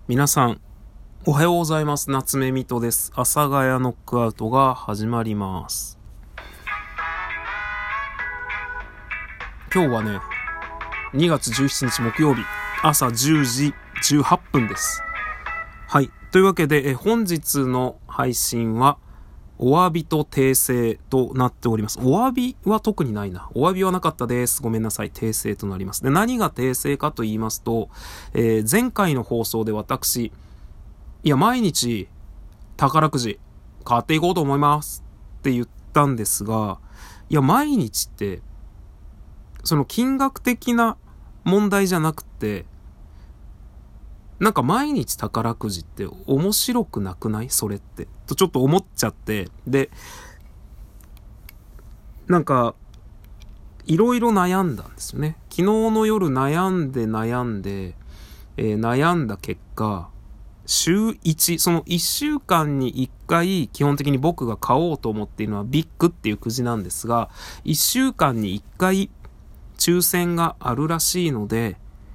皆さん、おはようございます。夏目みとです。阿佐ヶ谷ノックアウトが始まります。今日はね、2月17日木曜日、朝10時18分です。はい。というわけで、本日の配信は、お詫びと訂正となっております。お詫びは特にないな。お詫びはなかったです。ごめんなさい。訂正となります。で、何が訂正かと言いますと、前回の放送で私、毎日宝くじ買っていこうと思いますって言ったんですが、毎日って、その金額的な問題じゃなくて、なんか毎日宝くじって面白くなくない？それってとちょっと思っちゃって、でなんかいろいろ悩んだんですよね。昨日の夜悩んで、悩んだ結果、週1、その1週間に1回基本的に僕が買おうと思っているのはビッグっていうくじなんですが、1週間に1回抽選があるらしいので、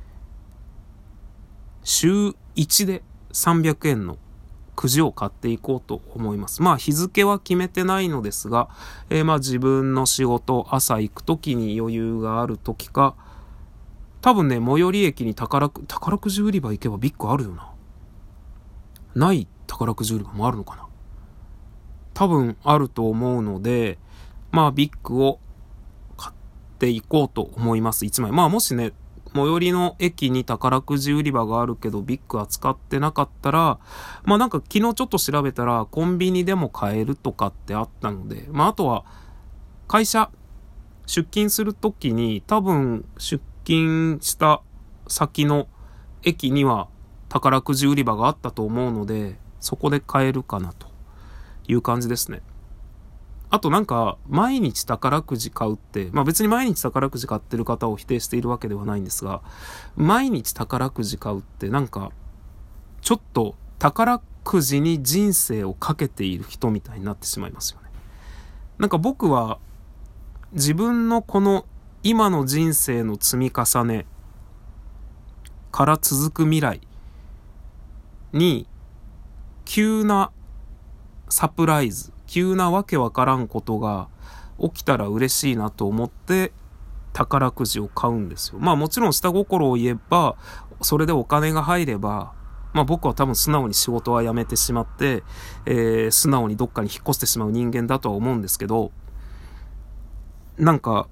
週1で300円のくじを買っていこうと思います。日付は決めてないのですが、自分の仕事、朝行く時に余裕がある時か、多分ね、最寄り駅に宝くじ売り場行けばビッグあるよな。ない宝くじ売り場もあるのかな。多分あると思うので、ビッグを買っていこうと思います。1枚。もしね、最寄りの駅に宝くじ売り場があるけどビッグ扱ってなかったら、なんか昨日ちょっと調べたらコンビニでも買えるとかってあったので、あとは会社出勤するときに多分出勤した先の駅には宝くじ売り場があったと思うので、そこで買えるかなという感じですね。あとなんか毎日宝くじ買うって、別に毎日宝くじ買ってる方を否定しているわけではないんですが、毎日宝くじ買うってなんかちょっと宝くじに人生をかけている人みたいになってしまいますよね。なんか僕は自分のこの今の人生の積み重ねから続く未来に急なサプライズ、急なわけわからんことが起きたら嬉しいなと思って宝くじを買うんですよ。もちろん下心を言えば、それでお金が入れば、僕は多分素直に仕事は辞めてしまって、素直にどっかに引っ越してしまう人間だとは思うんですけど、なんか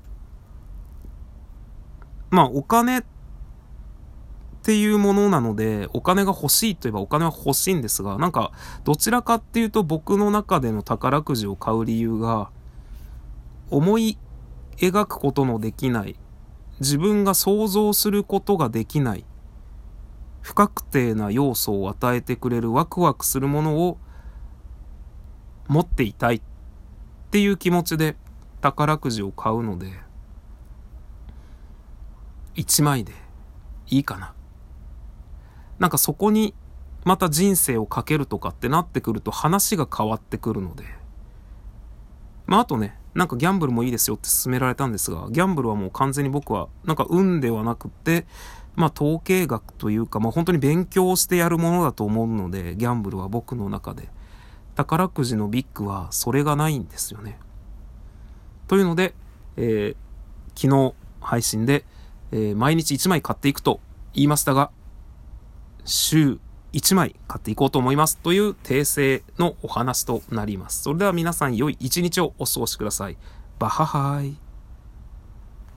お金っていうものなので、お金が欲しいといえばお金は欲しいんですが、なんかどちらかっていうと僕の中での宝くじを買う理由が、思い描くことのできない、自分が想像することができない、不確定な要素を与えてくれるワクワクするものを持っていたいっていう気持ちで宝くじを買うので、1枚でいいかな。なんかそこにまた人生をかけるとかってなってくると話が変わってくるので、あとね、なんかギャンブルもいいですよって勧められたんですが、ギャンブルはもう完全に僕はなんか運ではなくって統計学というか本当に勉強してやるものだと思うので、ギャンブルは僕の中で、宝くじのビッグはそれがないんですよね。というので、昨日配信で、毎日1枚買っていくと言いましたが、週1枚買っていこうと思いますという訂正のお話となります。それでは皆さん良い一日をお過ごしください。バハハイ。